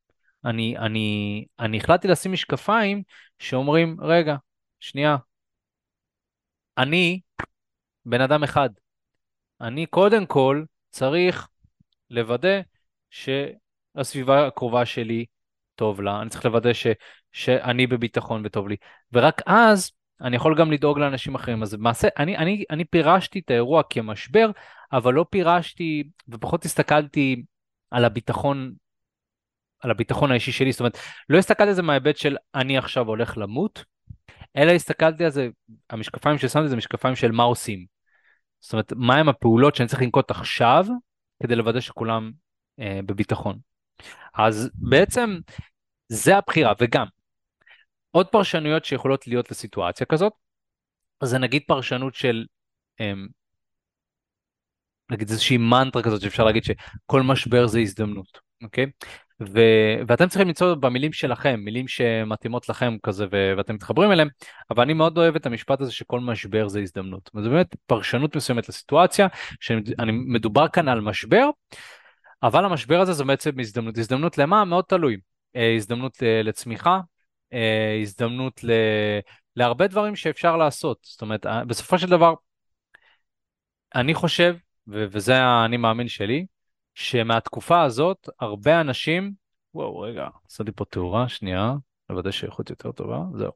אני החלטתי לשים משקפיים שאומרים, רגע, שנייה, אני בן אדם אחד. אני קודם כל צריך לוודא שהסביבה הקרובה שלי טוב לה, אני צריך לוודא שאני בביטחון וטוב לי, ורק אז אני יכול גם לדאוג לאנשים אחרים. אז למעשה, אני פירשתי את האירוע כמשבר, אבל לא פירשתי ופחות הסתכלתי על הביטחון, על הביטחון האישי שלי, זאת אומרת, לא הסתכלתי על זה מההיבט של אני עכשיו הולך למות, אלא הסתכלתי על זה, המשקפיים ששמתי זה משקפיים של מה עושים. זאת אומרת, מהם הפעולות שאני צריך לנקוט עכשיו, כדי לוודא שכולם בביטחון. אז בעצם זה הבחירה, וגם עוד פרשנויות שיכולות להיות לסיטואציה כזאת, זה נגיד פרשנות של, נגיד איזושהי מנטרה כזאת שאפשר להגיד שכל משבר זה הזדמנות, אוקיי? ואתם צריכים למצוא במילים שלכם, מילים שמתאימות לכם כזה, ואתם מתחברים אליהם, אבל אני מאוד אוהב את המשפט הזה שכל משבר זה הזדמנות. וזו באמת פרשנות מסוימת לסיטואציה, שאני מדובר כאן על משבר, אבל המשבר הזה זו בעצם הזדמנות. הזדמנות למה? מאוד תלוי. הזדמנות לצמיחה, הזדמנות להרבה דברים שאפשר לעשות. זאת אומרת, בסופו של דבר, אני חושב, וזה האני מאמין שלי, שמהתקופה הזאת, הרבה אנשים, וואו, רגע, עשיתי פה תאורה, שנייה, לוודא שאיכות יותר טובה, זהו.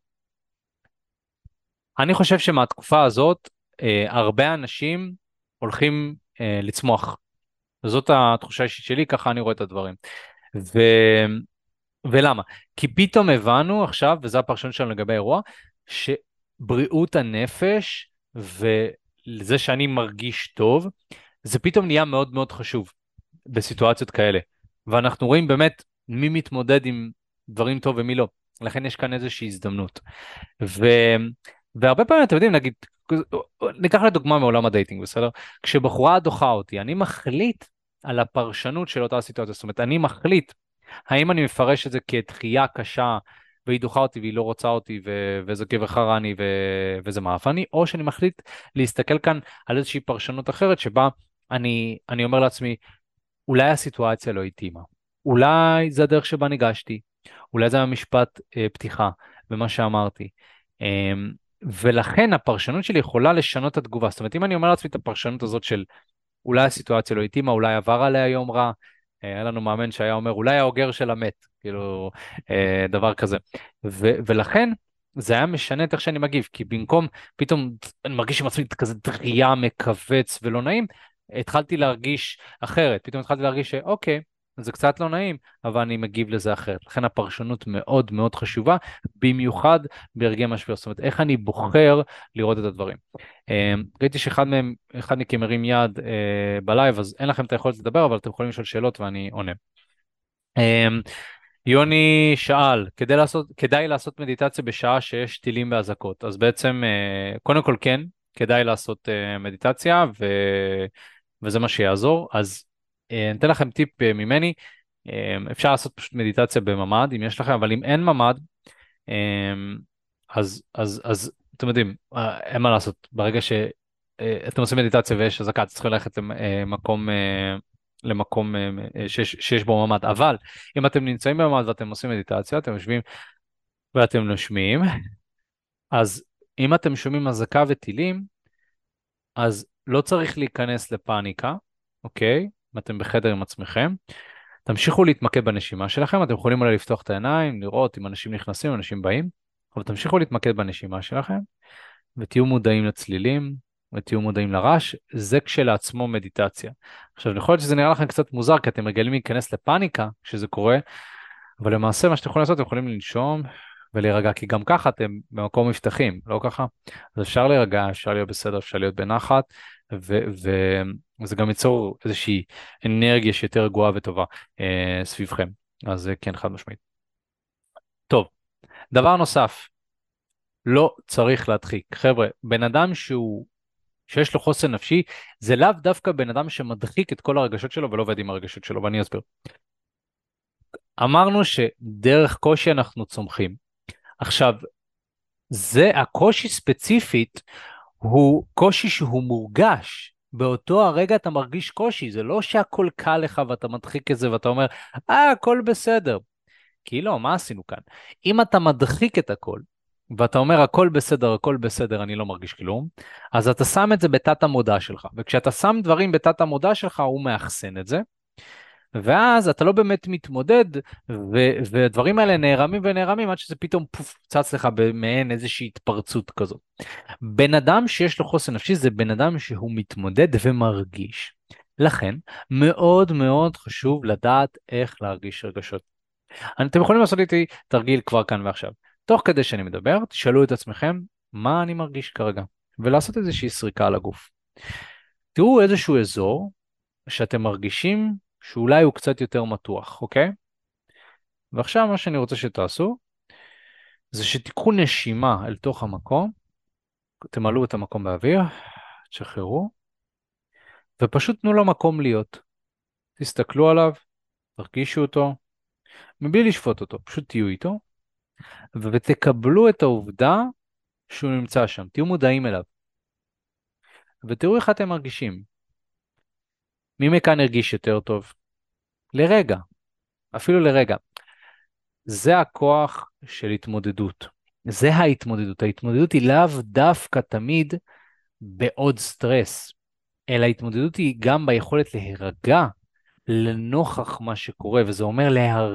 אני חושב שמהתקופה הזאת, הרבה אנשים הולכים לצמוח. וזאת התחושה האישית שלי, ככה אני רואה את הדברים. ו... ולמה? כי פתאום הבנו עכשיו, וזו הפרשנות שלנו לגבי האירוע, שבריאות הנפש וזה שאני מרגיש טוב, זה פתאום נהיה מאוד מאוד חשוב בסיטואציות כאלה. ואנחנו רואים באמת מי מתמודד עם דברים טוב ומי לא. לכן יש כאן איזושהי הזדמנות. והרבה פעמים אתם יודעים, נגיד, ניקח לדוגמה מעולם הדייטינג, בסדר? כשבחורה דוחה אותי, אני מחליט על הפרשנות של אותה סיטואציה. זאת אומרת, אני מחליט האם אני מפרש את זה כדחייה קשה, והיא דוחה אותי והיא לא רוצה אותי, וזה גבר חרני וזה מאפני, או שאני מחליט להסתכל כאן על איזושהי פרשנות אחרת, שבה אני אומר לעצמי, אולי הסיטואציה לא התאימה, אולי זה הדרך שבה ניגשתי, אולי זה המשפט פתיחה במה שאמרתי, ולכן הפרשנות שלי יכולה לשנות את התגובה. זאת אומרת, אם אני אומר לעצמי את הפרשנות הזאת של אולי הסיטואציה לא התאימה, אולי עבר עליה יום רע, היה לנו מאמן שהיה אומר, אולי האוגר של המת, כאילו, דבר כזה. ולכן, זה היה משנה את איך שאני מגיב, כי במקום, פתאום אני מרגיש עם עצמי כזה דחייה, מכווץ ולא נעים, התחלתי להרגיש אחרת, פתאום התחלתי להרגיש שאוקיי, זה קצת לא נעים, אבל אני מגיב לזה אחרת. לכן הפרשנות מאוד מאוד חשובה, במיוחד ברגעי משבר. זאת אומרת, איך אני בוחר לראות את הדברים. ראיתי אחד מכם מרים יד בלייב, אז אין לכם את היכולת לדבר, אבל אתם יכולים לשאול שאלות ואני עונה. יוני שאל, כדאי לעשות מדיטציה בשעה שיש טילים ואזעקות. אז בעצם, קודם כל כן, כדאי לעשות מדיטציה, וזה מה שיעזור. אז אני אתן לכם טיפ ממני, אפשר לעשות פשוט מדיטציה בממ"ד, אם יש לכם, אבל אם אין ממ"ד, אז אתם יודעים, אין מה לעשות, ברגע שאתם עושים מדיטציה ויש אזעקה, אתם צריכים ללכת למקום שיש בו ממ"ד, אבל אם אתם נמצאים בממ"ד ואתם עושים מדיטציה, אתם יושבים ואתם נושמים, אז אם אתם שומעים אזעקה וטילים, אז לא צריך להיכנס לפאניקה, אוקיי? אם אתם בחדר עם עצמכם, תמשיכו להתמקד בנשימה שלכם, אתם יכולים אולי לפתוח את העיניים, לראות אם אנשים נכנסים, אנשים באים, אבל תמשיכו להתמקד בנשימה שלכם, ותהיו מודעים לצלילים, ותהיו מודעים לרעש, זה כשלעצמו מדיטציה. עכשיו, יכול להיות שזה נראה לכם קצת מוזר, כי אתם רגילים להיכנס לפאניקה כשזה קורה, אבל למעשה מה שאתם יכולים לעשות, אתם יכולים לנשום ולהירגע, כי גם ככה אתם במקום מבטחים, לא ככה? אז אפשר להירגע, אפשר להיות בסדר, אפשר להיות בנחת, וזה גם ייצור איזושהי אנרגיה שיותר רגועה וטובה סביבכם. אז כן, חד משמעית. טוב, דבר נוסף, לא צריך להדחיק. חבר'ה, בן אדם שיש לו חוסן נפשי, זה לאו דווקא בן אדם שמדחיק את כל הרגשות שלו ולא עובד עם הרגשות שלו, ואני אסביר. אמרנו שדרך קושי אנחנו צומחים. עכשיו, זה הקושי ספציפית, הוא קושי שהוא מורגש. באותו הרגע אתה מרגיש קושי, זה לא שהכל קל לך ואתה מדחיק את זה ואתה אומר, הכל בסדר. כי לא, מה עשינו כאן? אם אתה מדחיק את הכל, ואתה אומר הכל בסדר, הכל בסדר, אני לא מרגיש כלום, אז אתה שם את זה בתת המודע שלך, וכשאתה שם דברים בתת המודע שלך, הוא מאחסן את זה, ואז אתה לא באמת מתמודד, והדברים האלה נערמים ונערמים, עד שזה פתאום פוף, צץ לך במעין איזושהי התפרצות כזאת. בן אדם שיש לו חוסן נפשי, זה בן אדם שהוא מתמודד ומרגיש. לכן, מאוד מאוד חשוב לדעת איך להרגיש רגשות. אתם יכולים לעשות איתי תרגיל כבר כאן ועכשיו. תוך כדי שאני מדבר, תשאלו את עצמכם, מה אני מרגיש כרגע? ולעשות איזושהי סריקה על הגוף. תראו איזשהו אזור שאתם מרגישים שאולי הוא קצת יותר מתוח, אוקיי? ועכשיו מה שאני רוצה שתעשו, זה שתיקחו נשימה אל תוך המקום, תמלאו את המקום באוויר, תשחררו, ופשוט תנו לו מקום להיות. תסתכלו עליו, תרגישו אותו, מבלי לשפוט אותו, פשוט תהיו איתו, ותקבלו את העובדה שהוא נמצא שם, תהיו מודעים אליו. ותראו איך אתם מרגישים. מי מכאן הרגיש יותר טוב? לרגע, אפילו לרגע. זה הכוח של התמודדות. זה ההתמודדות. ההתמודדות היא לאו דווקא תמיד בעוד סטרס, אלא ההתמודדות היא גם ביכולת להירגע לנוכח מה שקורה, וזה אומר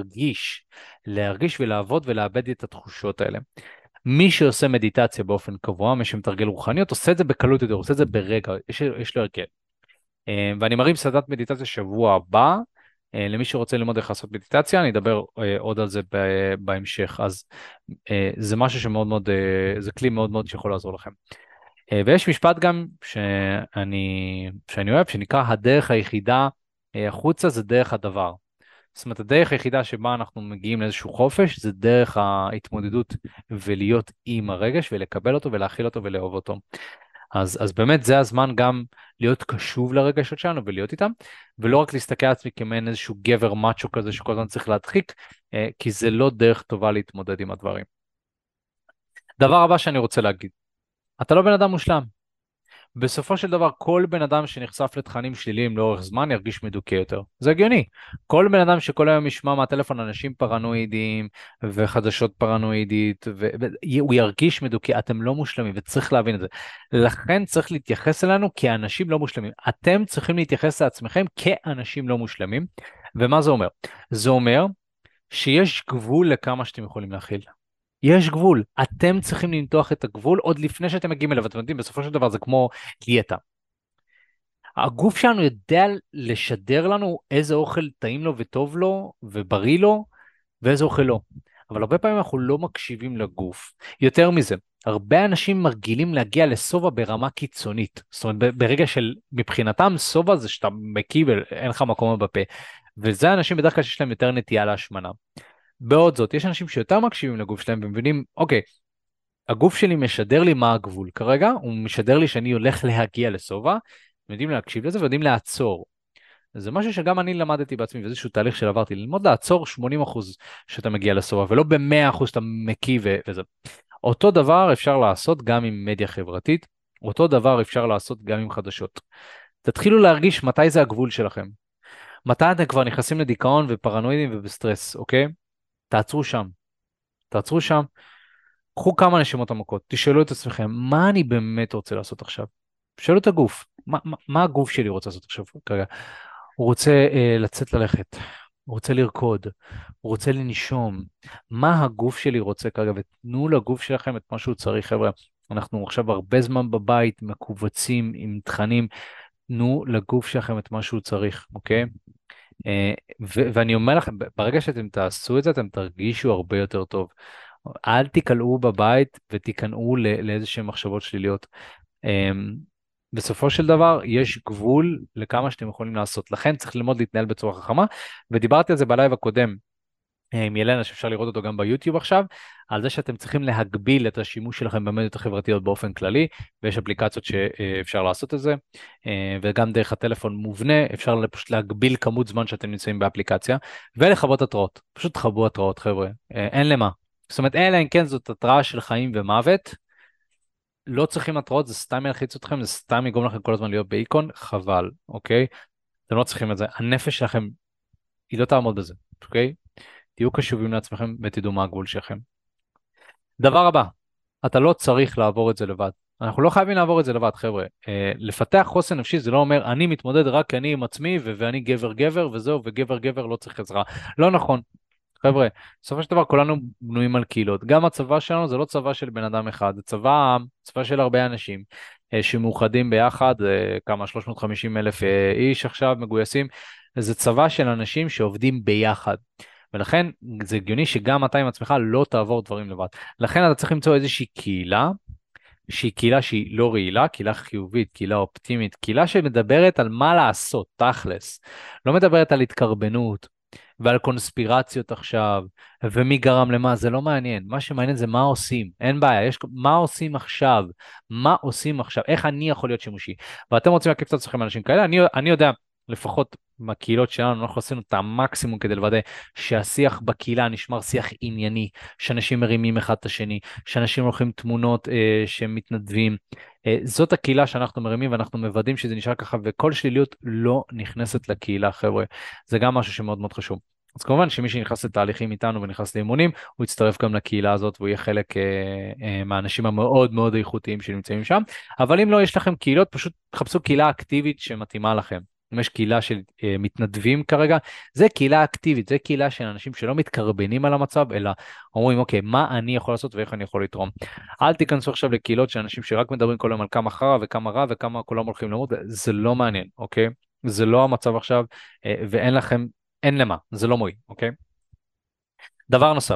להרגיש ולעבוד ולאבד את התחושות האלה. מי שעושה מדיטציה באופן קבוע, מי שמתרגל רוחניות, עושה את זה בקלות יותר, עושה את זה ברגע, יש לו הרכב. ואני מרים סדנת מדיטציה שבוע הבא, למי שרוצה ללמוד איך לעשות מדיטציה, אני אדבר עוד על זה בהמשך, אז זה משהו שמאוד מאוד, זה כלי מאוד מאוד שיכול לעזור לכם. ויש משפט גם שאני אוהב, שנקרא הדרך היחידה החוצה זה דרך הדבר. זאת אומרת, הדרך היחידה שבה אנחנו מגיעים לאיזשהו חופש, זה דרך ההתמודדות ולהיות עם הרגש ולקבל אותו ולהכיל אותו ולאהוב אותו. אז באמת זה הזמן גם להיות קשוב לרגשות שלנו ולהיות איתם, ולא רק להסתכל על עצמי כמעין איזשהו גבר מאצ'ו כזה שכל הזמן צריך להדחיק, כי זה לא דרך טובה להתמודד עם הדברים. דבר הבא שאני רוצה להגיד, אתה לא בן אדם מושלם. בסופו של דבר, כל בן אדם שנחשף לתכנים שליליים לאורך זמן ירגיש מדוכא יותר. זה הגיוני. כל בן אדם שכל היום ישמע מהטלפון אנשים פרנואידיים וחדשות פרנואידית, הוא ירגיש מדוכא. אתם לא מושלמים וצריך להבין את זה. לכן צריך להתייחס אלינו כאנשים לא מושלמים. אתם צריכים להתייחס לעצמכם כאנשים לא מושלמים. ומה זה אומר? זה אומר שיש גבול לכמה שאתם יכולים להכיל. יש גבול, אתם צריכים למתוח את הגבול עוד לפני שאתם מגיעים אליו, אתם יודעים, בסופו של דבר זה כמו דיאטה. הגוף שלנו יודע לשדר לנו איזה אוכל טעים לו וטוב לו ובריא לו, ואיזה אוכל לא. אבל הרבה פעמים אנחנו לא מקשיבים לגוף. יותר מזה, הרבה אנשים מרגילים להגיע לשובע ברמה קיצונית. זאת אומרת, ברגע של, מבחינתם, שובע זה שאתה מקיא ואין לך מקום בפה. וזה אנשים בדרך כלל שיש להם יותר נטייה להשמנה. בעוד זאת, יש אנשים שיותר מקשיבים לגוף שלהם ומבינים, אוקיי, הגוף שלי משדר לי מה הגבול כרגע, הוא משדר לי שאני הולך להגיע לשובע, יודעים להקשיב לזה ויודעים לעצור. זה משהו שגם אני למדתי בעצמי, ואיזשהו תהליך שעברתי, ללמוד לעצור 80% שאתה מגיע לשובע, ולא ב-100% שאתה מקיא וזה. אותו דבר אפשר לעשות גם עם מדיה חברתית, אותו דבר אפשר לעשות גם עם חדשות. תתחילו להרגיש מתי זה הגבול שלכם. מתי אתם כבר נכנסים לדיכאון ופרנואידים ובסטרס, אוקיי? תעצרו שם. תעצרו שם. קחו כמה נשימות עמוקות, תשאלו את עצמכם, מה אני באמת רוצה לעשות עכשיו? שאלו את הגוף, מה הגוף שלי רוצה לעשות עכשיו כרגע? הוא רוצה לצאת ללכת, הוא רוצה לרקוד, הוא רוצה לנשום. מה הגוף שלי רוצה כרגע? ותנו לגוף שלכם את מה שהוא צריך, חבר'ה. אנחנו עכשיו הרבה זמן בבית, מקובצים עם תכנים, תנו לגוף שלכם את מה שהוא צריך, אוקיי? ואני אומר לכם, ברגע שאתם תעשו את זה, אתם תרגישו הרבה יותר טוב. אל תיקלעו בבית ותיכנעו לאיזה שהן מחשבות שליליות. בסופו של דבר, יש גבול לכמה שאתם יכולים לעשות. לכן צריך ללמוד להתנהל בצורה חכמה, ודיברתי על זה בלייב הקודם עם ילנה, שאפשר לראות אותו גם ביוטיוב עכשיו, על זה שאתם צריכים להגביל את השימוש שלכם במדיות החברתיות באופן כללי, ויש אפליקציות שאפשר לעשות את זה, וגם דרך הטלפון מובנה, אפשר פשוט להגביל כמות זמן שאתם נמצאים באפליקציה, ולכבות התראות. פשוט תכבו התראות, חבר'ה. אין למה. זאת אומרת, אלא אם כן זאת התראה של חיים ומוות, לא צריכים התראות, זה סתם ילחיץ אתכם, זה סתם יגרום לכם כל הזמן להיות באיקון, חבל, אוקיי? אתם לא צריכים את זה. הנפש שלכם, היא לא תעמוד בזה, אוקיי? תהיו קשובים לעצמכם ותדעו מה הגבול שלכם. דבר הבא, אתה לא צריך לעבור את זה לבד. אנחנו לא חייבים לעבור את זה לבד, חבר'ה. לפתח חוסן נפשי זה לא אומר, אני מתמודד רק אני עם עצמי ואני גבר גבר וזהו, וגבר גבר לא צריך עזרה. לא נכון. חבר'ה, בסופו של דבר כולנו בנויים על קהילות. גם הצבא שלנו זה לא צבא של בן אדם אחד, זה צבא של הרבה אנשים שמאוחדים ביחד, כמה 350 אלף איש עכשיו מגויסים, זה צבא של אנשים שעובדים ביחד. ולכן זה הגיוני שגם אתה עם עצמך לא תעבור דברים לבד. לכן אתה צריך למצוא איזושהי קהילה, שהיא קהילה שהיא לא רעילה, קהילה חיובית, קהילה אופטימית, קהילה שמדברת על מה לעשות, תכלס. לא מדברת על התקרבנות ועל קונספירציות עכשיו, ומי גרם למה, זה לא מעניין. מה שמעניין זה מה עושים, אין בעיה, מה עושים עכשיו, מה עושים עכשיו, איך אני יכול להיות שימושי. ואתם רוצים להקיף את עצמכם אנשים כאלה, אני יודע, לפחות מהקהילות שלנו, אנחנו עשינו את המקסימום כדי לוודא שהשיח בקהילה נשמר שיח ענייני, שאנשים מרימים אחד את השני, שאנשים לוקחים תמונות שהם מתנדבים. זאת הקהילה שאנחנו מרימים ואנחנו מוודאים שזה נשאר ככה, וכל שליליות לא נכנסת לקהילה, חבר'ה. זה גם משהו שמאוד מאוד חשוב. אז כמובן שמי שנכנס לתהליכים איתנו ונכנס לאימונים, הוא יצטרף גם לקהילה הזאת והוא יהיה חלק מהאנשים המאוד מאוד איכותיים שנמצאים שם. אבל אם לא, יש לכם קהילות, פשוט תחפשו קהילה אקטיבית שמתאימה לכם. אם יש קהילה של מתנדבים כרגע, זה קהילה אקטיבית, זה קהילה של אנשים שלא מתקרבנים על המצב, אלא אומרים, אוקיי, מה אני יכול לעשות ואיך אני יכול לתרום. אל תיכנסו עכשיו לקהילות של אנשים שרק מדברים כל היום על כמה חרא וכמה רע וכמה כולם הולכים למות, זה לא מעניין, אוקיי? זה לא המצב עכשיו, ואין לכם, אין למה, זה לא מועיל, אוקיי? דבר נוסף,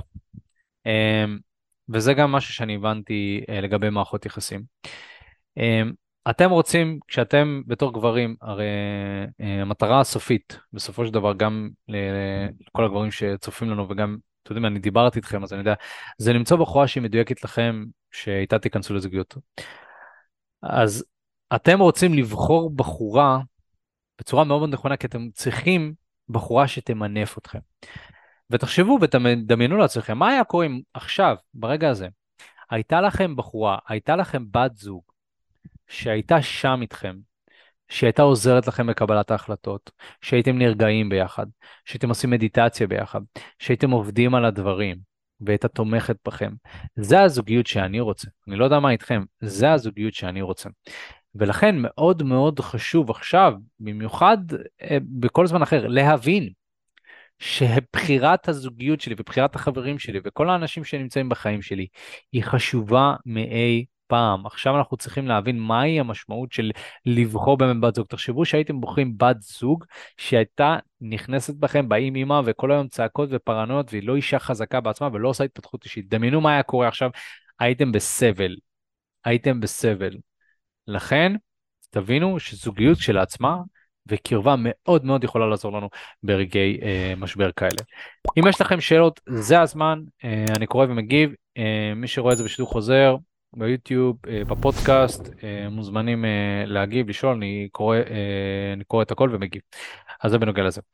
וזה גם משהו שאני הבנתי לגבי מערכות יחסים. אתם רוצים, כשאתם בתור גברים, הרי המטרה הסופית, בסופו של דבר גם לכל הגברים שצופים לנו וגם, אתם יודעים, אני דיברתי איתכם, אז אני יודע, זה למצוא בחורה שהיא מדויקת לכם, שאיתה תיכנסו לזוגיות. אז אתם רוצים לבחור בחורה בצורה מאוד מאוד נכונה, כי אתם צריכים בחורה שתמנף אתכם. ותחשבו ותדמיינו לעצמכם, מה היה קורה אם עכשיו, ברגע הזה, הייתה לכם בחורה, הייתה לכם בת זוג, שהייתה שם איתכם, שהייתה עוזרת לכם בקבלת ההחלטות, שהייתם נרגעים ביחד, שהייתם עושים מדיטציה ביחד, שהייתם עובדים על הדברים, והייתה תומכת בכם. זה הזוגיות שאני רוצה. אני לא יודע מה איתכם, זה הזוגיות שאני רוצה. ולכן מאוד מאוד חשוב עכשיו, במיוחד בכל זמן אחר, להבין שבחירת הזוגיות שלי ובחירת החברים שלי וכל האנשים שנמצאים בחיים שלי היא חשובה מאי פעם. עכשיו אנחנו צריכים להבין מהי המשמעות של לבחור באמת בת זוג. תחשבו שהייתם בוחרים בת זוג שהייתה נכנסת בכם, באים אימא וכל היום צעקות ופרנויות והיא לא אישה חזקה בעצמה ולא עושה התפתחות אישית. דמיינו מה היה קורה עכשיו, הייתם בסבל. הייתם בסבל. לכן תבינו שזוגיות של עצמה וקרבה מאוד מאוד יכולה לעזור לנו ברגעי משבר כאלה. אם יש לכם שאלות, זה הזמן, אני קורא ומגיב, מי שרואה את זה בשידור חוזר, ביוטיוב, בפודקאסט, מוזמנים להגיב, לשאול, אני קורא את הכל ומגיב. אז זה בנוגע לזה.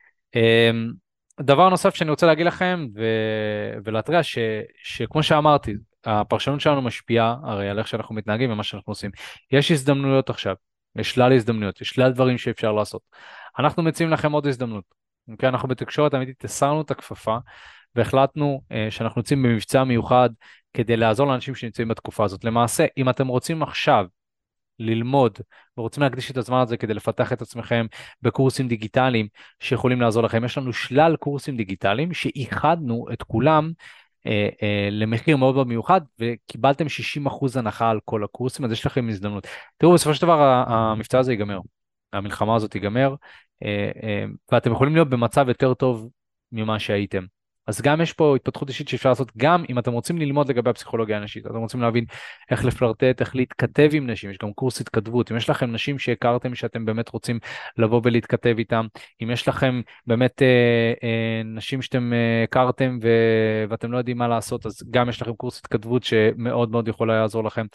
דבר נוסף שאני רוצה להגיד לכם ולהתריע שכמו שאמרתי, הפרשנות שלנו משפיעה הרי על איך שאנחנו מתנהגים ומה שאנחנו עושים. יש הזדמנויות עכשיו, יש שלל הזדמנויות, יש שלל דברים שאפשר לעשות. אנחנו מציעים לכם עוד הזדמנות. אוקיי? אנחנו בתקשורת אמיתית הסרנו את הכפפה והחלטנו שאנחנו יוצאים במבצע מיוחד כדי לעזור לאנשים שנמצאים בתקופה הזאת. למעשה, אם אתם רוצים עכשיו ללמוד ורוצים להקדיש את הזמן הזה כדי לפתח את עצמכם בקורסים דיגיטליים שיכולים לעזור לכם, יש לנו שלל קורסים דיגיטליים שאיחדנו את כולם למחיר מאוד מאוד מיוחד וקיבלתם 60% הנחה על כל הקורסים, אז יש לכם הזדמנות. תראו, בסופו של דבר המבצע הזה ייגמר, המלחמה הזאת ייגמר, ואתם יכולים להיות במצב יותר טוב ממה שהייתם. אז גם יש פה התפתחות אישית שאפשר לעשות גם אם אתם רוצים ללמוד לגבי הפסיכולוגיה הנשית, אתם רוצים להבין איך לפלרטט, איך להתכתב עם נשים, יש גם קורס התכתבות, אם יש לכם נשים שהכרתם שאתם באמת רוצים לבוא ולהתכתב איתם, אם יש לכם באמת נשים שאתם הכרתם ואתם לא יודעים מה לעשות, אז גם יש לכם קורס התכתבות שמאוד מאוד יכול לעזור לכם.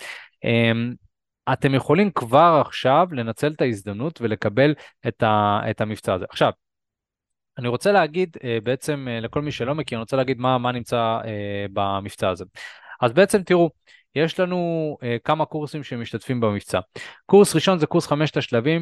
אתם יכולים כבר עכשיו לנצל את ההזדמנות ולקבל את המבצע הזה. עכשיו, אני רוצה להגיד בעצם לכל מי שלא מכיר, אני רוצה להגיד מה נמצא במבצע הזה. אז בעצם תראו, יש לנו כמה קורסים שמשתתפים במבצע. קורס ראשון זה קורס 5 השלבים,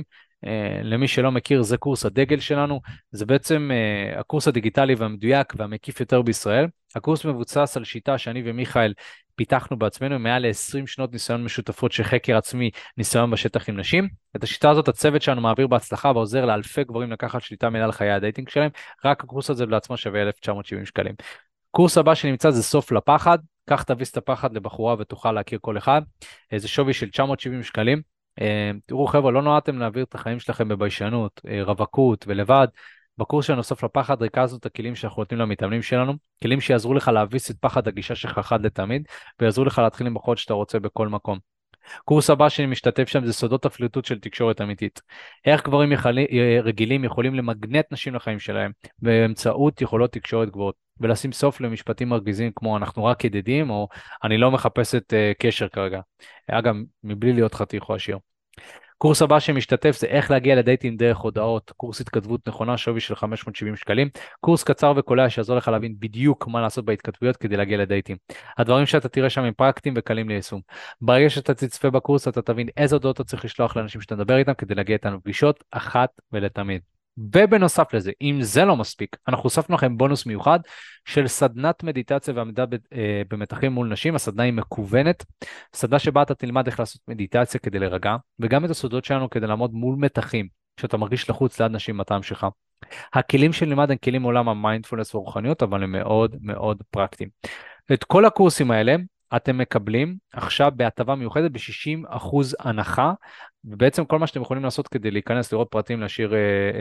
למי שלא מכיר זה קורס הדגל שלנו, זה בעצם הקורס הדיגיטלי והמדויק והמקיף יותר בישראל. הקורס מבוצע על שיטה שאני ומיכאל פיתחנו בעצמנו, מעל ל-20 שנות ניסיון משותפות של חקר עצמי, ניסיון בשטח עם נשים. את השיטה הזאת הצוות שלנו מעביר בהצלחה ועוזר לאלפי גברים לקחת שליטה מלאה על חיי הדייטינג שלהם, רק הקורס הזה לעצמו שווה 1,970 שקלים. קורס הבא שנמצא זה סוף לפחד, קח תביס את הפחד לבחורה ותוכל להכיר כל אחד, זה שווי של 970 שקלים. תראו חבר'ה, לא נועדתם להעביר את החיים שלכם בביישנות, רווקות ולבד. בקורס שלנו סוף לפחד ריכזנו את הכלים שאנחנו נותנים למתאמנים שלנו, כלים שיעזרו לך להביס את פחד הגישה שלך אחת לתמיד, ויעזרו לך להתחיל עם בחוד שאתה רוצה בכל מקום. קורס הבא שאני משתתף שם זה סודות הפליטות של תקשורת אמיתית. איך גברים רגילים יכולים למגנט נשים לחיים שלהם באמצעות יכולות תקשורת גבוהות, ולשים סוף למשפטים מרגיזים כמו אנחנו רק ידידים או אני לא מחפשת קשר כרגע. אגב, מבלי להיות חתיך או עשיר. קורס הבא שמשתתף זה איך להגיע לדייטים דרך הודעות, קורס התכתבות נכונה, שווי של 570 שקלים, קורס קצר וקולע שיעזור לך להבין בדיוק מה לעשות בהתכתבויות כדי להגיע לדייטים. הדברים שאתה תראה שם הם פרקטיים וקלים ליישום. ברגע שאתה תצפה בקורס אתה תבין איזה הודעות אתה צריך לשלוח לאנשים שאתה מדבר איתם כדי להגיע איתנו פגישות אחת ולתמיד. ובנוסף לזה, אם זה לא מספיק, אנחנו הוספנו לכם בונוס מיוחד של סדנת מדיטציה ועמידה במתחים מול נשים. הסדנה היא מקוונת, סדנה שבה אתה תלמד איך לעשות מדיטציה כדי להירגע, וגם את הסודות שלנו כדי לעמוד מול מתחים, שאתה מרגיש לחוץ ליד נשים מטעם שלך. הכלים שנלמד הם כלים מעולם המיינדפולנס והרוחניות, אבל הם מאוד מאוד פרקטיים. את כל הקורסים האלה אתם מקבלים עכשיו בהטבה מיוחדת ב-60% הנחה, ובעצם כל מה שאתם יכולים לעשות כדי להיכנס, לראות פרטים, להשאיר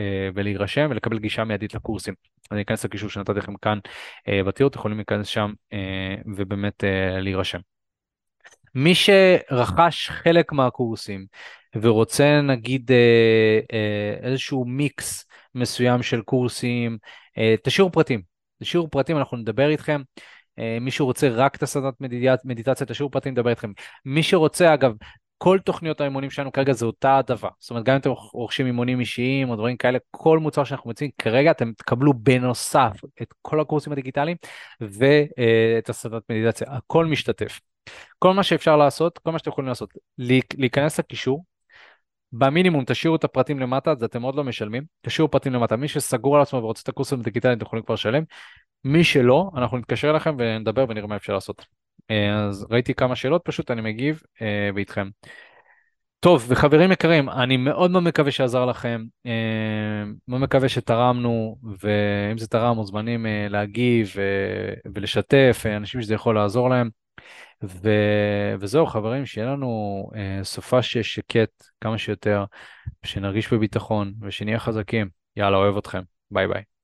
ולהירשם ולקבל גישה מיידית לקורסים. אני אכנס לקישור שנתתי לכם כאן בתיאור, אתם יכולים להיכנס שם ובאמת להירשם. מי שרכש חלק מהקורסים ורוצה נגיד איזשהו מיקס מסוים של קורסים, תשאירו פרטים, אנחנו נדבר איתכם. מי שרוצה רק את הסדנת מדיטציה, תשאירו פרטים, נדבר איתכם. מי שרוצה, אגב, כל תוכניות האימונים שלנו כרגע זה אותה הדבר. זאת אומרת, גם אם אתם רוכשים אימונים אישיים או דברים כאלה, כל מוצר שאנחנו מציעים, כרגע אתם תקבלו בנוסף את כל הקורסים הדיגיטליים ואת הסדנת מדיטציה. הכל משתתף. כל מה שאפשר לעשות, כל מה שאתם יכולים לעשות, להיכנס לקישור, במינימום תשאירו את הפרטים למטה, אז אתם עוד לא משלמים, תשאירו פרטים למטה. מי שסגור על עצמו ורוצה את הקורסים הדיגיטליים, אתם יכולים כבר לשלם. מי שלא, אנחנו נתקשר אליכם ונדבר ונראה מה אפשר לעשות. אז ראיתי כמה שאלות, פשוט אני מגיב ואיתכם. טוב, וחברים יקרים, אני מאוד מאוד מקווה שעזר לכם, מאוד מקווה שתרמנו, ואם זה תרם, מוזמנים להגיב ולשתף, אנשים שזה יכול לעזור להם. וזהו חברים, שיהיה לנו סופה שקט כמה שיותר, שנרגיש בביטחון ושנהיה חזקים. יאללה, אוהב אתכם. ביי ביי.